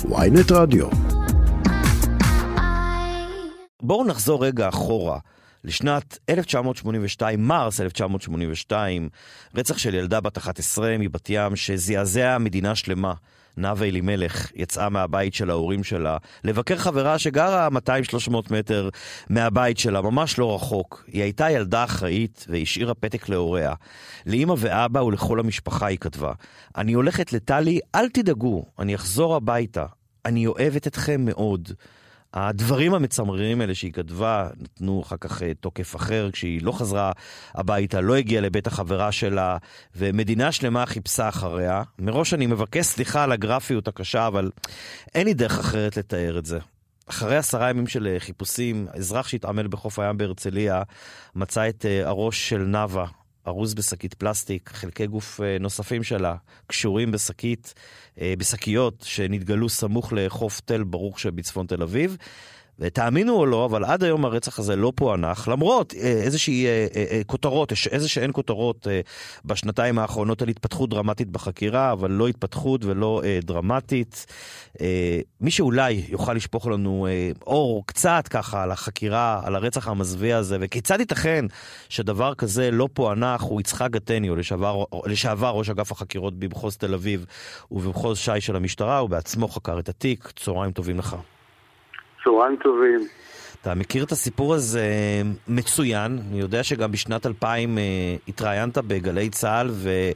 ynet רדיו. בואו נחזור רגע אחורה. לשנת 1982, מרס 1982, רצח של ילדה בת 11 מבת ים שזעזע מדינה שלמה. נאוה אלימלך יצאה מהבית של ההורים שלה לבקר חברה שגרה 200-300 מטר מהבית שלה, ממש לא רחוק. היא הייתה ילדה אחראית והשאירה פתק להוריה. לאמא ואבא ולכל המשפחה היא כתבה: אני הולכת לטלי, אל תדאגו, אני אחזור הביתה. אני אוהבת אתכם מאוד. הדברים המצמררים האלה שהיא כתבה נתנו אחר כך תוקף אחר כשהיא לא חזרה הביתה, לא הגיעה לבית החברה שלה, ומדינה שלמה חיפשה אחריה. מראש אני מבקש סליחה על הגרפיות הקשה, אבל אין לי דרך אחרת לתאר את זה. אחרי 10 ימים של חיפושים, אזרח שהתעמל בחוף הים בהרצליה מצא את הראש של נאוה ארוז בשקית פלסטיק, חלקי גוף נוספים שלה קשורים בשקיות שנתגלו סמוך לחוף תל ברוך שבצפון תל אביב. ותאמינו או לא, אבל עד היום הרצח הזה לא פוענח, למרות איזשהן כותרות בשנתיים האחרונות על התפתחות דרמטית בחקירה, אבל לא התפתחות ולא דרמטית. מי שאולי יוכל לשפוך לנו אור קצת ככה על החקירה, על הרצח המזוויע הזה, וכיצד ייתכן שדבר כזה לא פוענח, הוא יצחק גטניו, לשעבר ראש אגף החקירות במחוז תל אביב ובמחוז ש"י של המשטרה, הוא בעצמו חקר את התיק. צהריים טובים לך. צהריים טובים. אתה מכיר את הסיפור הזה מצוין. אני יודע שגם בשנת 2000 התראיינת בגלי צהל,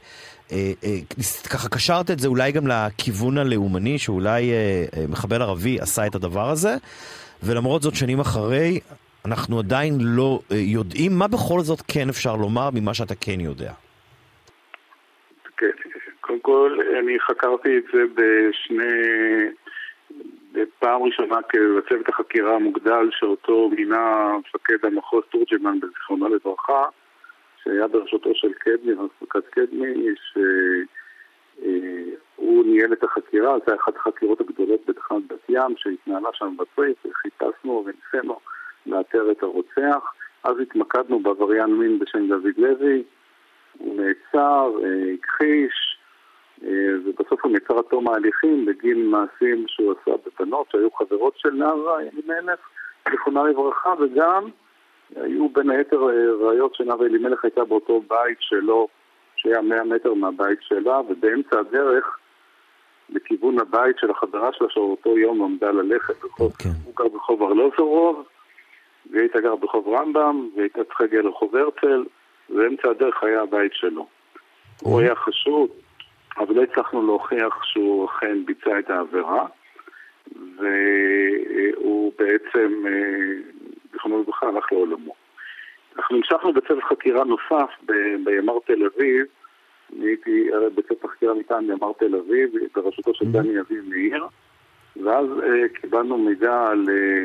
וככה קשרת את זה אולי גם לכיוון הלאומני, שאולי מחבל ערבי עשה את הדבר הזה, ולמרות זאת שנים אחרי אנחנו עדיין לא יודעים. מה בכל זאת כן אפשר לומר ממה שאתה כן יודע? כן, קודם כל אני חקרתי את זה בפעם ראשונה כצוות החקירה המוגדל שאותו מינה מפקד המחוז תורג'מן בזיכרונו לברכה, שהיה בראשותו של קדמי, מפקד קדמי, שהוא ניהל את החקירה. זו אחת החקירות הגדולות בתחנת בת ים שהתנהלה שם בצריף, וחיפשנו וניסינו לאתר את הרוצח. אז התמקדנו בעבריין מין בשם דוד לוי, הוא נעצר, הכחיש, ובסוף הוא נעצר עד תום ההליכים בגין מעשים שהוא עשה בבנות שהיו חברות של נאוה אלימלך זיכרונה לברכה, וגם היו בין היתר ראיות שנאוה אלימלך הייתה באותו בית שלו שהיה 100 מטר מהבית שלה, ובאמצע הדרך לכיוון הבית של החברה שלה שאותו יום עמדה ללכת הוא גר ברחוב ארלוזורוב והיא הייתה גר ברחוב רמב"ם והייתה צריכה להגיע לרחוב הרצל, ובאמצע הדרך היה הבית שלו. הוא היה חשוד, אבל לא הצלחנו להוכיח שהוא אכן ביצע את העבירה, והוא בעצם, זיכרונו לברכה, הלך לעולמו. אנחנו המשכנו בצוות חקירה נוסף בימ"ר תל אביב. הייתי בצוות חקירה מטעם ימ"ר תל אביב, בראשותו של דני אביב מאיר, ואז קיבלנו מידע על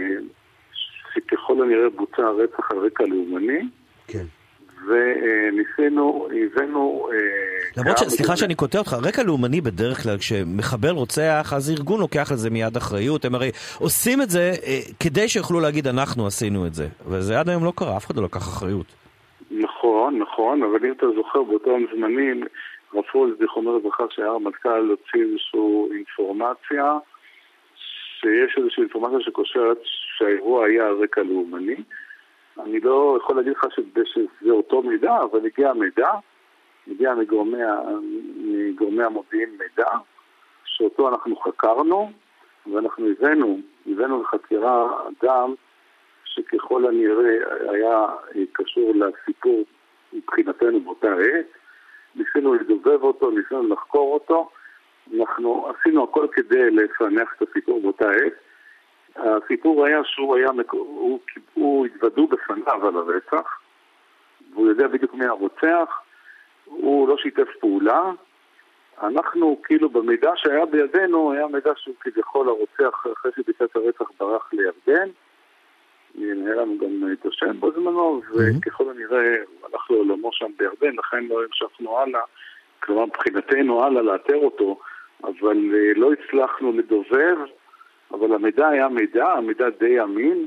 שככל הנראה בוצע רצח על רקע לאומני. כן. וניסינו, הבאנו... למרות סליחה שאני קוטע אותך, רקע לאומני בדרך כלל, כשמחבל רוצח, אז ארגון לוקח על זה מיד אחריות. הם הרי עושים את זה כדי שיוכלו להגיד אנחנו עשינו את זה, וזה עד היום לא קרה, אף אחד לא לקח אחריות. נכון, אבל אם אתה זוכר באותם זמנים, רפול זיכרונו לברכה שהיה הרמטכ"ל הוציא איזושהי אינפורמציה, שיש איזושהי אינפורמציה שקושרת שהאירוע היה על רקע לאומני. אני לא יכול להגיד לך שזה אותו מידע, אבל הגיע מגורמי המודיעין מידע, שאותו אנחנו חקרנו, ואנחנו הבאנו לחקירה אדם שככל הנראה היה קשור לסיפור מבחינתנו באותה עת. ניסינו לדובב אותו, ניסינו לחקור אותו, אנחנו עשינו הכל כדי לפענח את הסיפור באותה עת. הסיפור היה הוא התוודו בפניו על הרצח, והוא יודע בדיוק מי הרוצח, הוא לא שיתף פעולה. אנחנו כאילו במידע שהיה בידינו, היה מידע שהוא כביכול הרוצח אחרי שביצע את הרצח ברח לירדן, היה לנו גם את השם בזמנו, וככל הנראה הוא הלך לעולמו שם בירדן, לכן לא המשכנו הלאה, כלומר מבחינתנו הלאה לאתר אותו, אבל לא הצלחנו לדובב. אבל המידע היה המידע די אמין.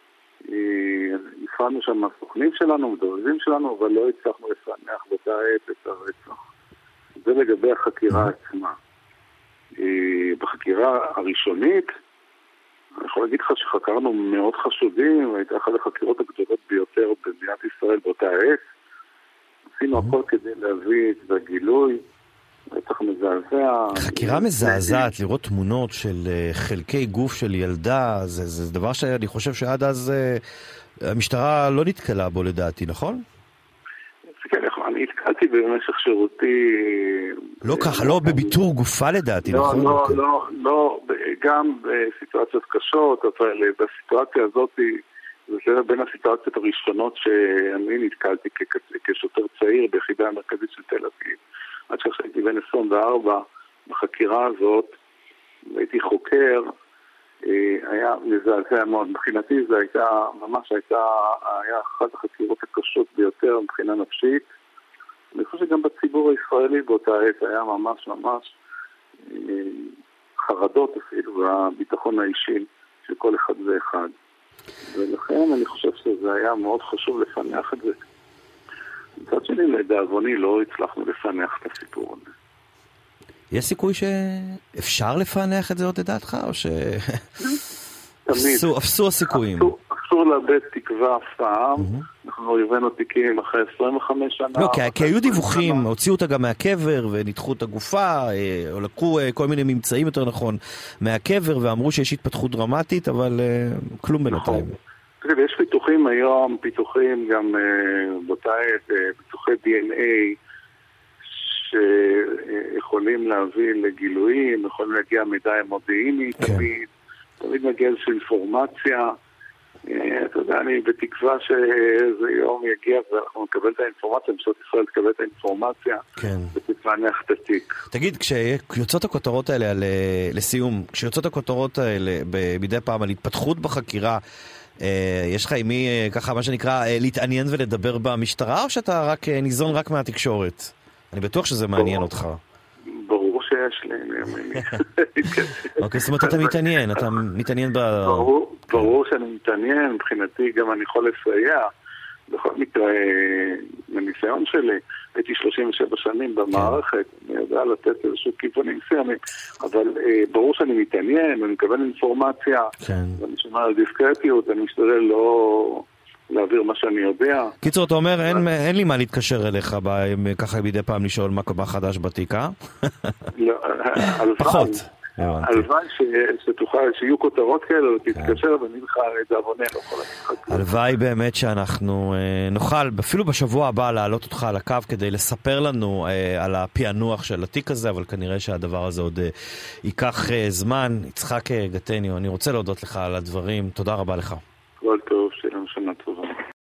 הפעלנו שם מהסוכנים שלנו, מדובבים שלנו, אבל לא הצלחנו לפענח באותה עת את הרצח. זה לגבי החקירה עצמה. בחקירה בחקירה הראשונית, אני יכול להגיד לך שחקרנו מאות חשודים, הייתה אחת החקירות הגדולות ביותר במדינת ישראל באותה עת. עשינו הכל כדי להביא את הגילוי, רצח מזעזע. חקירה מזעזעת, לראות תמונות של חלקי גוף של ילדה, זה דבר שאני חושב שעד אז המשטרה לא נתקלה בו לדעתי, נכון? כן, אני התקלתי במשך שירותי... לא ככה, לא בביטור גופה לדעתי, נכון? לא, גם בסיטואציות קשות, אבל בסיטואציה הזאת, זה בין הסיטואציות הראשונות שאני נתקלתי כשוטר צעיר ביחידה המרכזית של תל אביב. עד שהייתי בן 24 בחקירה הזאת, והייתי חוקר, היה מזעזע מאוד. מבחינתי זה היה אחת החקירות הקשות ביותר מבחינה נפשית. אני חושב שגם בציבור הישראלי באותה עת היה ממש חרדות אפילו בביטחון האישי של כל אחד ואחד. ולכן אני חושב שזה היה מאוד חשוב לפענח את זה. מצד שני, לדאבוני לא הצלחנו לפענח את הסיפור הזה. יש סיכוי שאפשר לפענח את זה עוד לדעתך, או אפסו הסיכויים? אסור לאבד תקווה אף פעם. אנחנו הבאנו תיקים אחרי 25 שנה. לא, כי היו דיווחים, הוציאו אותה גם מהקבר וניתחו את הגופה, או לקחו כל מיני ממצאים יותר נכון מהקבר, ואמרו שיש התפתחות דרמטית, אבל כלום בינתיים. יש פיתוחים היום, פיתוחים גם באותה עת, פיתוחי DNA, שיכולים להביא לגילויים, יכולים להגיע מידע מודיעיני, תמיד מגיע איזושהי אינפורמציה. אתה יודע, אני בתקווה שזה יום יגיע ואנחנו נקבל את האינפורמציה, משטרת ישראל תקבל את האינפורמציה ותפענח את התיק. תגיד, כשיוצאות הכותרות האלה, לסיום, כשיוצאות הכותרות האלה מדי פעם על התפתחות בחקירה, יש לך עם מי, ככה מה שנקרא, להתעניין ולדבר במשטרה, או שאתה רק ניזון רק מהתקשורת? אני בטוח שזה מעניין אותך. ברור שיש לי. אוקיי, זאת אומרת, אתה מתעניין ברור שאני מתעניין, מבחינתי גם אני יכול לסייע. בכל מקרה, מניסיון שלי, הייתי 37 שנים במערכת, אני יודע לתת איזשהו כיוונים מסוימים, אבל ברור שאני מתעניין, אני מקבל אינפורמציה, ואני שומע על דיסקרטיות, אני משתדל לא להעביר מה שאני יודע. קיצור, אתה אומר, אין לי מה להתקשר אליך, ככה מדי פעם לשאול מה חדש בתיק, אה? פחות. הלוואי שיהיו כותרות כאלה, תתקשר ונלך לדאבוננו. הלוואי באמת שאנחנו נוכל, אפילו בשבוע הבא, להעלות אותך על הקו כדי לספר לנו על הפענוח של התיק הזה, אבל כנראה שהדבר הזה עוד ייקח זמן. יצחק גטניו, אני רוצה להודות לך על הדברים. תודה רבה לך. כל טוב, שיהיה לנו שנה טובה.